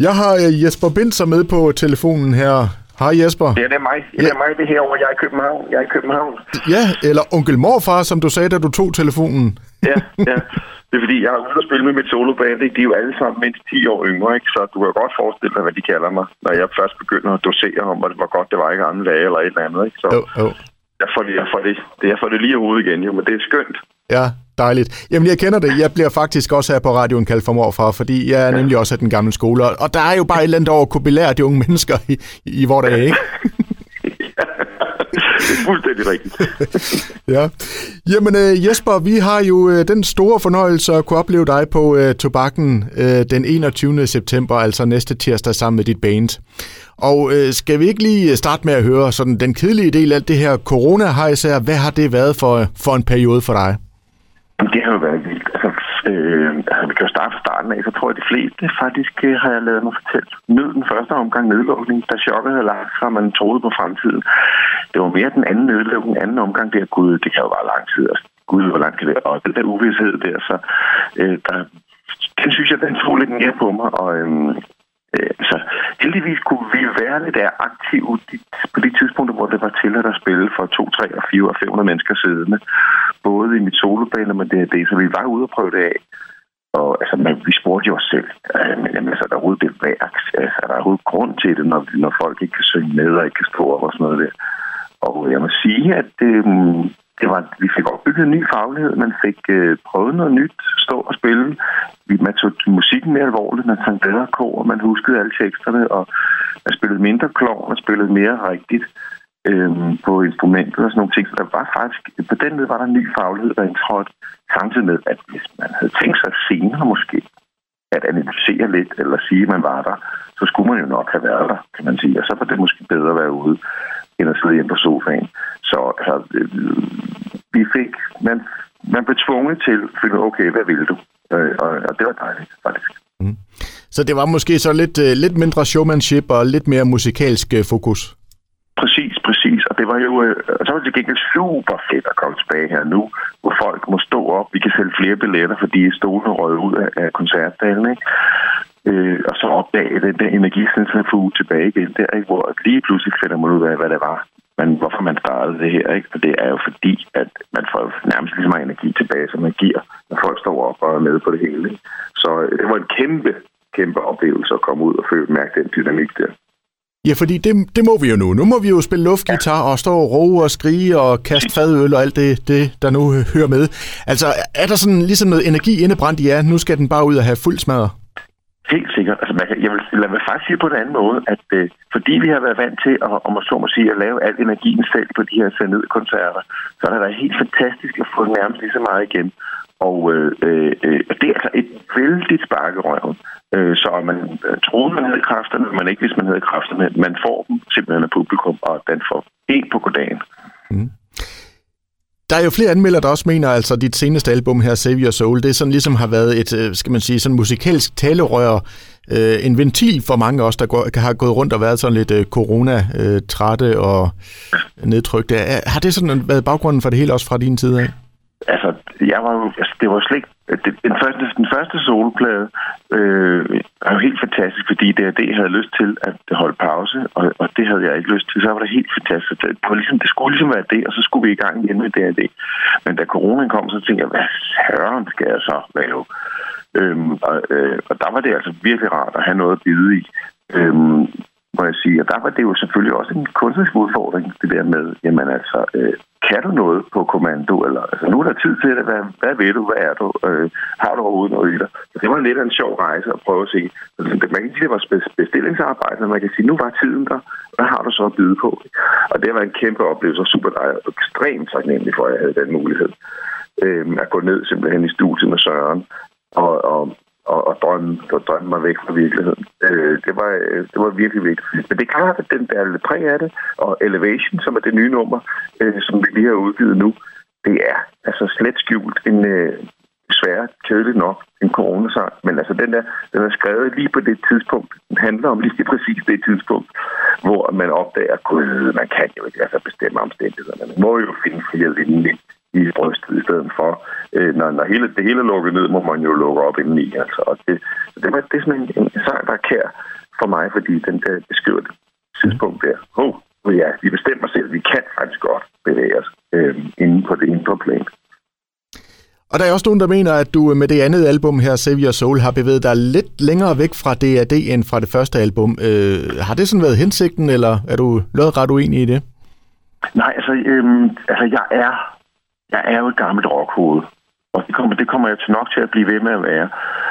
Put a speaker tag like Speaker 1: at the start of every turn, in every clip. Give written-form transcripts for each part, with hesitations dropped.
Speaker 1: Jeg har Jesper Binzer med på telefonen her. Hej Jesper.
Speaker 2: Det er mig. Det er mig, det herovre. Jeg er i København.
Speaker 1: Ja, eller onkel Morfar, som du sagde, da du tog telefonen.
Speaker 2: Ja. Det er fordi, jeg er ude at spille med mit soloband. De er jo alle sammen mindst 10 år yngre, ikke? Så du kan godt forestille dig, hvad de kalder mig, når jeg først begynder at dosere om, hvor godt det var i gamle dage eller et eller andet, ikke? Så
Speaker 1: jo.
Speaker 2: Jeg får det lige i hovedet igen, jo, men det er skønt.
Speaker 1: Ja, dejligt. Jamen, jeg kender det. Jeg bliver faktisk også her på radioen kaldt for morfar, fordi jeg er nemlig også af den gamle skole. Og der er jo bare et eller andet over at kunne belære de unge mennesker i hvor der er, ikke?
Speaker 2: Det er fuldstændig rigtigt.
Speaker 1: Ja. Jamen Jesper, vi har jo den store fornøjelse at kunne opleve dig på Tobakken den 21. september, altså næste tirsdag sammen med dit band. Og skal vi ikke lige starte med at høre sådan den kedelige del af det her corona-hejser? Hvad har det været for en periode for dig?
Speaker 2: Det har jo været vildt. Vi kan jo starte fra starten af, så tror jeg, de fleste faktisk har jeg lavet mig fortælle. Nød den første omgang nedlukning, da chokket havde lagt sig, og man troede på fremtiden. Det var mere den anden nedlukning, anden omgang der, gud, det kan jo være lang tid. Altså, gud, hvor langt kan det være? Og den der uvidshed der, så den synes jeg, den tog lidt mere på mig, og så heldigvis kunne vi være lidt aktive på de tidspunkter, hvor det var tilladt at spille for 2, 3, 4 og 500 mennesker siddende. Både i mit soloband og med det, så vi var ude og prøve det af. Og altså, vi spurgte jo os selv, men altså, der er overhovedet det værk, altså, der er overhovedet grund til det, når folk ikke kan synge med og ikke kan stå op og sådan noget der. Og jeg må sige, at vi fik opbygget en ny faglighed, man fik prøvet noget nyt, stå og spille. Man tog musikken mere alvorligt, man sang bedre kor, og man huskede alle teksterne, og man spillede mindre klovn og spillede mere rigtigt på instrumentet og sådan nogle ting. Så der var faktisk, på den måde var der en ny faglighed, der indtrådte, samtidig med, at hvis man havde tænkt sig senere måske at analysere lidt, eller sige, at man var der, så skulle man jo nok have været der, kan man sige. Og så var det måske bedre at være ude, end at sidde hjemme på sofaen. Så altså, man blev tvunget til at finde, okay, hvad vil du? Og det var dejligt, faktisk.
Speaker 1: Mm. Så det var måske så lidt mindre showmanship og lidt mere musikalsk fokus?
Speaker 2: Præcis. Og det var jo så var det til gengæld super fedt at komme tilbage her nu, hvor folk må stå op. Vi kan sælge flere billetter, fordi stolene røg ud af koncertdalen, ikke? Og så opdage den der energicentrifuge tilbage igen der, ikke? Hvor lige pludselig finder man ud af, hvad det var. Men hvorfor man startede det her, ikke? For det er jo fordi, at man får nærmest lige så meget energi tilbage, som man giver, når folk står op og er med på det hele, ikke? Så det var en kæmpe oplevelse at komme ud og mærke den dynamik der.
Speaker 1: Ja, fordi det må vi jo nu. Nu må vi jo spille luftgitar og stå og roe og skrige og kaste fadøl og alt det, der nu hører med. Altså, er der sådan ligesom noget energi indebrændt i jer? Nu skal den bare ud og have fuld smadre.
Speaker 2: Helt sikkert. Altså, jeg vil faktisk sige på en anden måde, at fordi vi har været vant til at lave al energien selv på de her send-ned-koncerter, så er det helt fantastisk at få nærmest lige så meget igen. Og det er altså et vældigt sparkerøv. Så man troede, man havde kræfterne, men ikke hvis man havde kræfterne. Man får dem simpelthen af publikum, og den får en på goddagen. Mm.
Speaker 1: Der er jo flere anmeldere, der også mener, altså dit seneste album her, Save Your Soul, det sådan ligesom har været et, skal man sige, sådan musikalsk talerør, en ventil for mange af os, der har gået rundt og været sådan lidt corona-trætte og nedtrykte. Har det sådan været baggrunden for det hele også fra din side af?
Speaker 2: Altså, det var slet ikke... Den første soloplade er jo helt fantastisk, fordi D&D havde lyst til at holde pause, og det havde jeg ikke lyst til. Så var det helt fantastisk. Det skulle ligesom være det, og så skulle vi i gang igen med D&D. Men da coronaen kom, så tænkte jeg, hvad søren skal jeg så lave? Og der var det altså virkelig rart at have noget at bide i. Må jeg sige. Og der var det jo selvfølgelig også en kunstnerisk udfordring, det der med, jamen altså, kan du noget på kommando, eller altså, nu er der tid til det, hvad ved du, hvad er du, har du overhovedet noget i dig? Så det var lidt af en sjov rejse at prøve at se. Man kan sige, det var bestillingsarbejde, og man kan sige, nu var tiden der, hvad har du så at byde på? Og det var en kæmpe oplevelse, og super dejligt, og ekstremt taknemmelig for, at jeg havde den mulighed at gå ned simpelthen i studiet med Søren, og drømme mig væk fra virkeligheden. Det var virkelig vigtigt. Men det er klart, at den der præg af det, og Elevation, som er det nye nummer, som vi lige har udgivet nu, det er altså slet skjult en svær, kedeligt nok, en coronasang. Men altså den er skrevet lige på det tidspunkt. Den handler om lige præcis det tidspunkt, hvor man opdager, at man kan jo ikke bestemme omstændighederne. Man må jo finde hjælp i brystet i stedet for. Når det hele er lukket ned, må man jo lukke op indeni. Altså. Og det er sådan en sang, der er kær for mig, fordi den der beskriver det tidspunkt der. Ja, vi bestemmer selv, vi kan faktisk godt bevæge os inden på det indre plan.
Speaker 1: Og der er også nogen, der mener, at du med det andet album her, Save Your Soul, har bevæget dig lidt længere væk fra D.A.D. end fra det første album. Har det sådan været hensigten, eller er du lodret uenig i det?
Speaker 2: Nej, jeg er jo et gammelt rockhoved. Og det kommer jeg til nok til at blive ved med at være.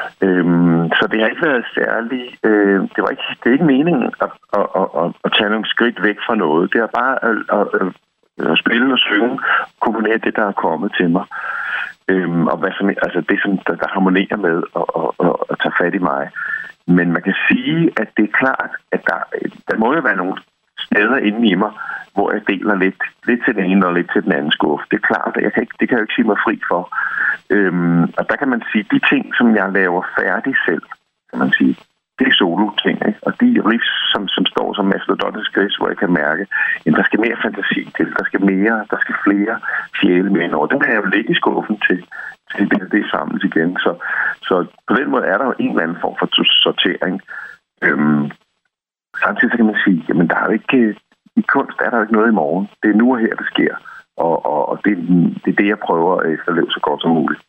Speaker 2: Så det har ikke været særligt. Det er ikke meningen at tage nogle skridt væk fra noget. Det er bare at spille og synge, komponere det, der er kommet til mig. Og hvad som, altså det, som der harmonerer med at tage fat i mig. Men man kan sige, at det er klart, at der må jo være nogle steder inde i mig, hvor jeg deler lidt til den ene og lidt til den anden skuffe. Det er klart, at det kan jeg jo ikke sige mig fri for. Og der kan man sige, de ting, som jeg laver færdig selv, kan man sige, det er solo-ting, ikke? Og de riffs, som står som mastodontisk gris, hvor jeg kan mærke, at der skal mere fantasi til, der skal flere sjæle med ind over. Den er jeg jo lidt i skuffen til det samles igen. Så på den måde er der jo en eller anden form for sortering. Samtidig så kan man sige, jamen der er jo ikke, i kunst er der jo ikke noget i morgen. Det er nu og her, det sker. Og det er det, jeg prøver at efterleve så godt som muligt.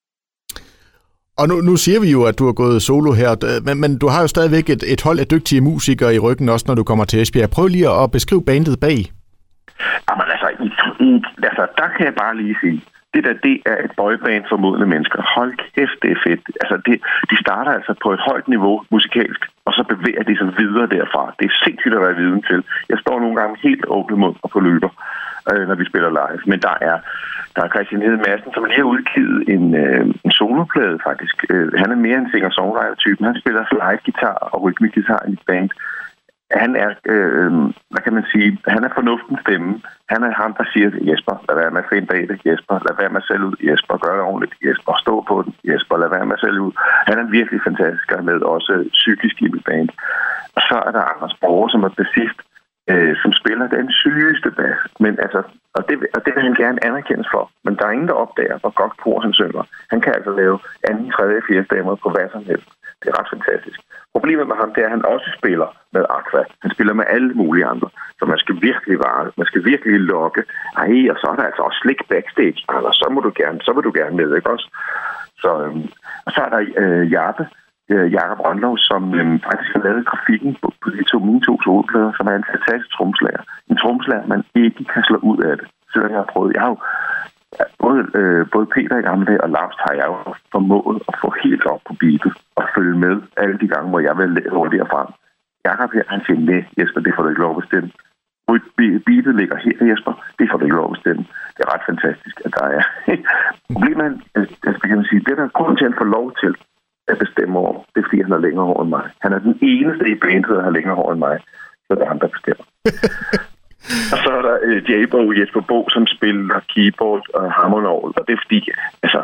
Speaker 1: Og nu siger vi jo, at du har gået solo her, men du har jo stadigvæk et hold af dygtige musikere i ryggen, også når du kommer til Esbjerg. Prøv lige at beskrive bandet bag.
Speaker 2: Jamen altså, der kan jeg bare lige sige, det er et boyband for modne mennesker. Hold kæft, det er fedt. Altså, de starter altså på et højt niveau musikalsk, og så bevæger de sig videre derfra. Det er sindssygt at være viden til. Jeg står nogle gange helt åbent mund og på løber, når vi spiller live. Men der er Christian Hede Madsen, som lige har udgivet en soloplade, faktisk. Han er mere en singer-songwriter-typen. Han spiller slide-guitar og rytmisk-guitar i et band. Han er, hvad kan man sige, han er fornuftens stemme. Han er ham, der siger, Jesper, lad være med at finde bag det. Jesper, lad være med at sælge ud. Jesper, gør det ordentligt. Jesper, stå på den. Jesper, lad være med at sælge ud. Han er virkelig fantastisk, og med også psykisk i mit band. Og så er der Anders Borge, som er bassist, som spiller den sygeste bas. Men altså, og det vil han gerne anerkendes for. Men der er ingen, der opdager, hvor godt kor han synger. Han kan altså lave 2., 3., 4. stemmer på hvad som helst. Det er ret fantastisk. Problemet med ham, det er, at han også spiller med Aqua. Han spiller med alle mulige andre. Så man skal virkelig vare. Man skal virkelig lokke. Og så er der altså også slik backstage. Eller så vil du gerne med, ikke også? Og så er der Jakob Rønlov, som faktisk har lavet grafikken på mine to solplader, som er en fantastisk tromslager. En tromslager, man ikke kan slå ud af det. Selvom jeg har prøvet. Jeg har jo både Peter i gamle dage og Lars har jeg jo formået at få helt op på beatet og følge med alle de gange, hvor jeg vil hurtigere frem. Jakob her, han siger, nej, Jesper, det får du ikke lov at bestemme. Beatet ligger her, Jesper, det får du ikke lov at bestemme. Det er ret fantastisk, at der er. Problemet kan man sige, det der grund til, at han får lov til at bestemme over, det er, fordi han har længere hår end mig. Han er den eneste i bandet, der har længere hår end mig, så det er ham, der bestemmer. Og så er der Jesper Bo, som spiller keyboard og harmonorgel, og det er fordi, altså,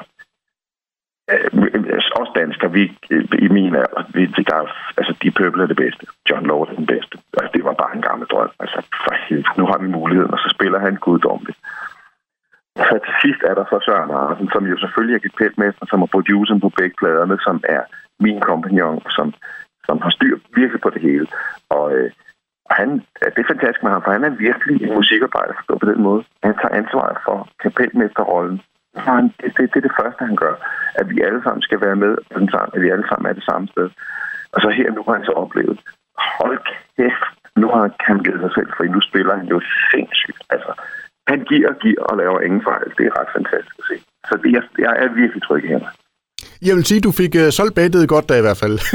Speaker 2: også danskere, vi i min alder, altså de Purple er det bedste, John Lord er den bedste, altså, det var bare en gammel drøm, altså nu har vi muligheden, og så spiller han guddommeligt. Og så til sidst er der så Søren Arsen, som jo selvfølgelig er kapelmester, som er produceren på begge pladerne, som er min kompagnon, som har styr virkelig på det hele, og det er fantastisk med ham, for han er virkelig en musikarbejder, forstået på den måde. Han tager ansvaret for kapelmesterrollen. Det er det første, han gør. At vi alle sammen skal være med på den sang, at vi alle sammen er det samme sted. Og så her, nu har han så oplevet, hold kæft, nu har han givet sig selv, for nu spiller han jo sindssygt. Altså, han giver og laver ingen fejl. Det er ret fantastisk at se. Så jeg er virkelig tryg i hænder.
Speaker 1: Jeg vil sige, du fik solgt bandet godt da i hvert fald.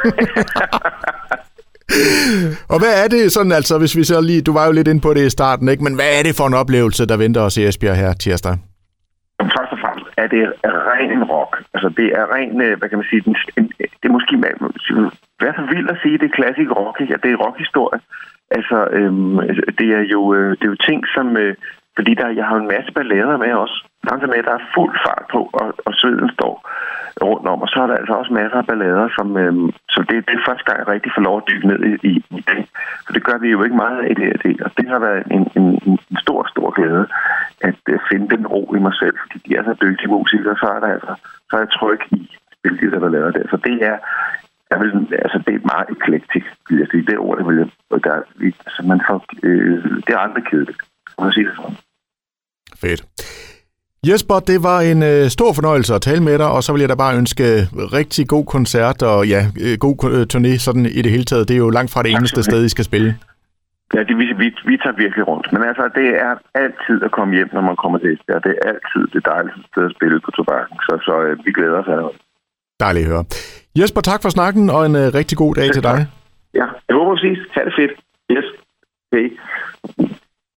Speaker 1: Og hvad er det sådan, altså, hvis vi så lige, du var jo lidt inde på det i starten, ikke? Men hvad er det for en oplevelse, der venter os i Esbjerg her tirsdag?
Speaker 2: Først og fremmest er det ren rock. Altså, det er ren, hvad kan man sige, det er måske, hvad så vildt at sige, det er klassisk rock, ikke? Det er rockhistorie. Altså, det er jo ting, som, fordi jeg har en masse ballader med også. Samtidig med, at der er fuld fart på, og sveden står rundt om. Og så er der altså også masser af ballader, så det er første gang, jeg rigtig får lov at dykke ned i det. For det gør vi jo ikke meget af det. Og det har været en stor glæde at finde den ro i mig selv. Fordi de er så dygtige musikere, så er jeg tryg i at spille de der ballader der. Så det er det er meget eklektik, vil jeg sige. Det ord, det vil jeg... Altså, man får, det er aldrig kedeligt. Kan man sige det sådan?
Speaker 1: Fedt. Jesper, det var en stor fornøjelse at tale med dig, og så vil jeg da bare ønske rigtig god koncert og god turné sådan i det hele taget. Det er jo langt fra det eneste sted, I skal spille.
Speaker 2: Ja, vi tager virkelig rundt. Men altså, det er altid at komme hjem, når man kommer til Esbjerg. Det er altid det dejligste sted at spille på Tobakken. Så vi glæder os allerede.
Speaker 1: Dejligt at høre. Jesper, tak for snakken, og en rigtig god dag til dig.
Speaker 2: Ja, jeg håber at ses. Ha' det fedt. Yes. Hej.